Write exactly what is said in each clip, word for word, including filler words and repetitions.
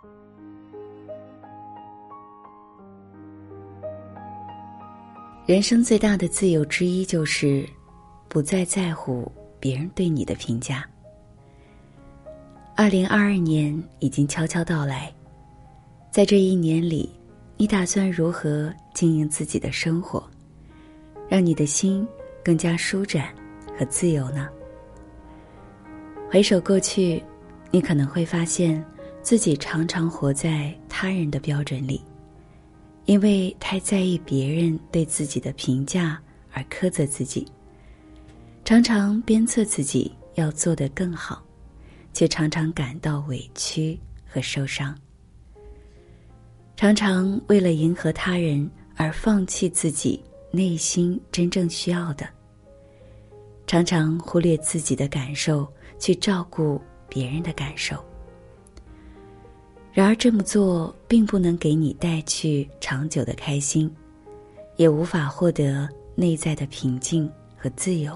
人生最大的自由之一就是不再在乎别人对你的评价。二零二二年已经悄悄到来，在这一年里，你打算如何经营自己的生活，让你的心更加舒展和自由呢？回首过去，你可能会发现自己常常活在他人的标准里，因为太在意别人对自己的评价而苛责自己，常常鞭策自己要做得更好，却常常感到委屈和受伤，常常为了迎合他人而放弃自己内心真正需要的，常常忽略自己的感受去照顾别人的感受。然而这么做并不能给你带去长久的开心，也无法获得内在的平静和自由。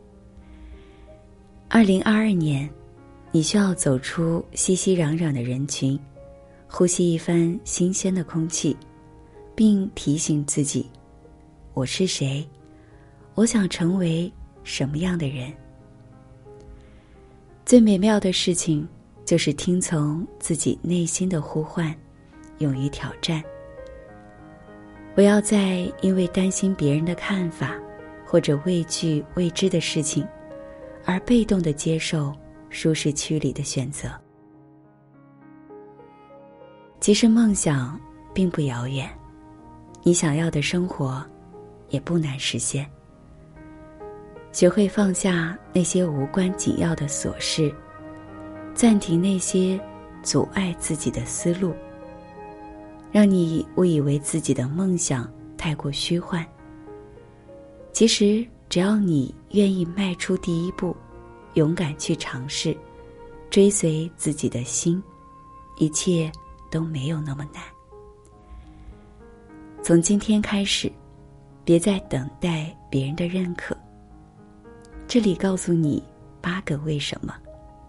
二零二二年，你需要走出熙熙攘攘的人群，呼吸一番新鲜的空气，并提醒自己，我是谁？我想成为什么样的人？最美妙的事情就是听从自己内心的呼唤，勇于挑战。不要再因为担心别人的看法，或者畏惧未知的事情，而被动地接受舒适区里的选择。其实梦想并不遥远，你想要的生活也不难实现。学会放下那些无关紧要的琐事，暂停那些阻碍自己的思路，让你误以为自己的梦想太过虚幻。其实只要你愿意迈出第一步，勇敢去尝试，追随自己的心，一切都没有那么难。从今天开始，别再等待别人的认可。这里告诉你八个为什么。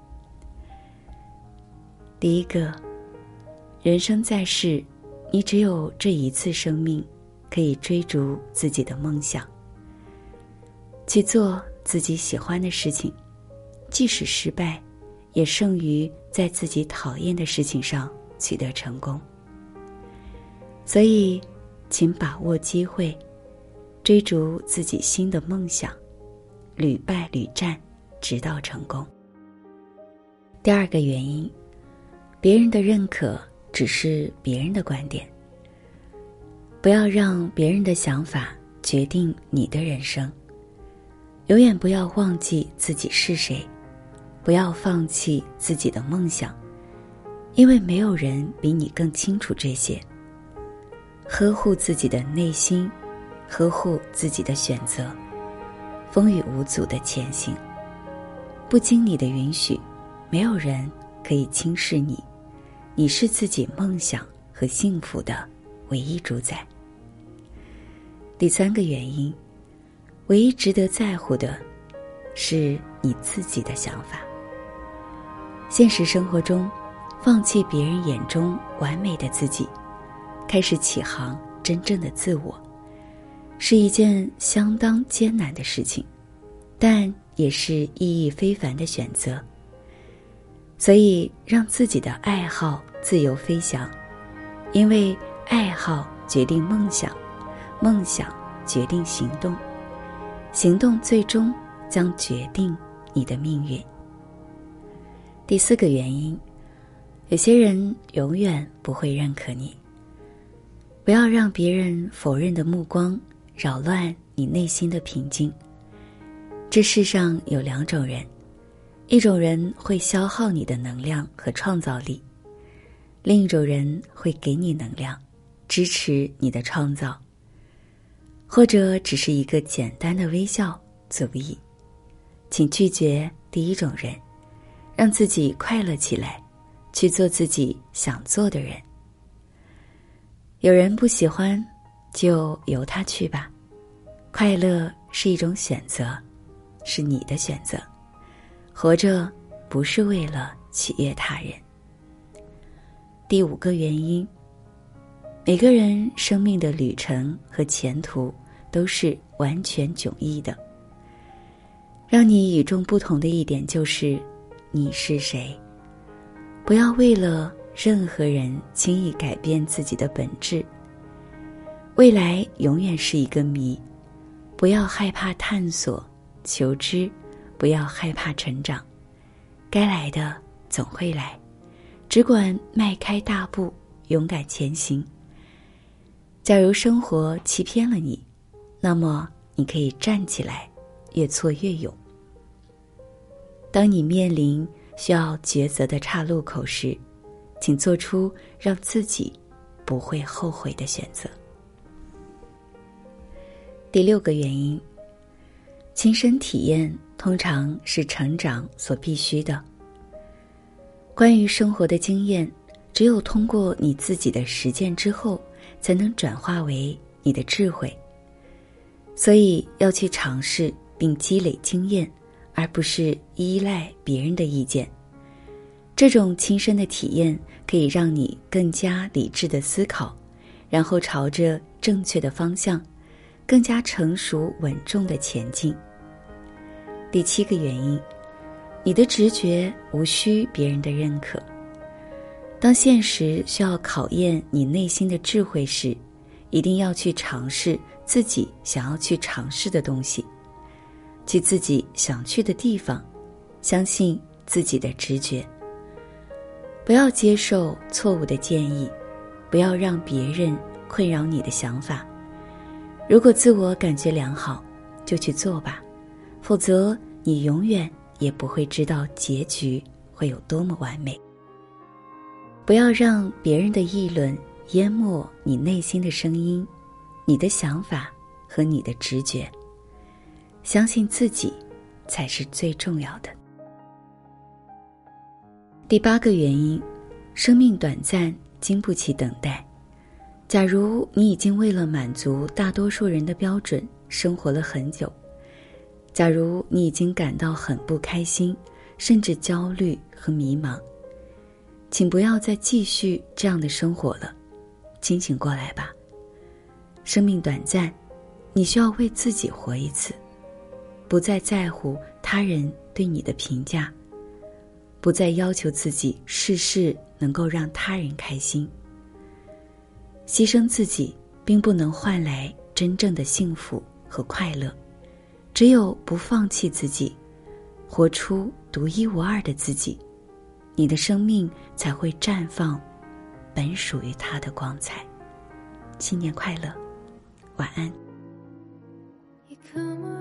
第一个，人生在世，你只有这一次生命，可以追逐自己的梦想，去做自己喜欢的事情，即使失败，也胜于在自己讨厌的事情上取得成功。所以，请把握机会，追逐自己新的梦想，屡败屡战，直到成功。第二个原因，别人的认可只是别人的观点，不要让别人的想法决定你的人生。永远不要忘记自己是谁，不要放弃自己的梦想，因为没有人比你更清楚这些。呵护自己的内心，呵护自己的选择，风雨无阻地前行。不经你的允许，没有人可以轻视你，你是自己梦想和幸福的唯一主宰。第三个原因，唯一值得在乎的是你自己的想法。现实生活中，放弃别人眼中完美的自己，开始起航真正的自我，是一件相当艰难的事情，但也是意义非凡的选择。所以让自己的爱好自由飞翔，因为爱好决定梦想，梦想决定行动，行动最终将决定你的命运。第四个原因，有些人永远不会认可你。不要让别人否认的目光扰乱你内心的平静。这世上有两种人，一种人会消耗你的能量和创造力，另一种人会给你能量，支持你的创造。或者只是一个简单的微笑足矣。请拒绝第一种人，让自己快乐起来，去做自己想做的人。有人不喜欢，就由他去吧。快乐是一种选择，是你的选择。活着不是为了取悦他人。 第五个原因，每个人生命的旅程和前途都是完全迥异的。让你与众不同的一点就是你是谁。不要为了任何人轻易改变自己的本质。未来永远是一个谜，不要害怕探索求知，不要害怕成长，该来的总会来，只管迈开大步，勇敢前行。假如生活欺骗了你，那么你可以站起来，越挫越勇。当你面临需要抉择的岔路口时，请做出让自己不会后悔的选择。第六个原因，亲身体验通常是成长所必须的。关于生活的经验，只有通过你自己的实践之后，才能转化为你的智慧。所以要去尝试并积累经验，而不是依赖别人的意见。这种亲身的体验可以让你更加理智的思考，然后朝着正确的方向，更加成熟稳重的前进。第七个原因，你的直觉无需别人的认可。当现实需要考验你内心的智慧时，一定要去尝试自己想要去尝试的东西，去自己想去的地方，相信自己的直觉。不要接受错误的建议，不要让别人困扰你的想法。如果自我感觉良好，就去做吧，否则你永远也不会知道结局会有多么完美。不要让别人的议论淹没你内心的声音，你的想法和你的直觉。相信自己才是最重要的。第八个原因，生命短暂，经不起等待。假如你已经为了满足大多数人的标准生活了很久，假如你已经感到很不开心，甚至焦虑和迷茫，请不要再继续这样的生活了，清醒过来吧。生命短暂，你需要为自己活一次，不再在乎他人对你的评价，不再要求自己事事能够让他人开心。牺牲自己并不能换来真正的幸福和快乐，只有不放弃自己，活出独一无二的自己，你的生命才会绽放本属于它的光彩。新年快乐，晚安。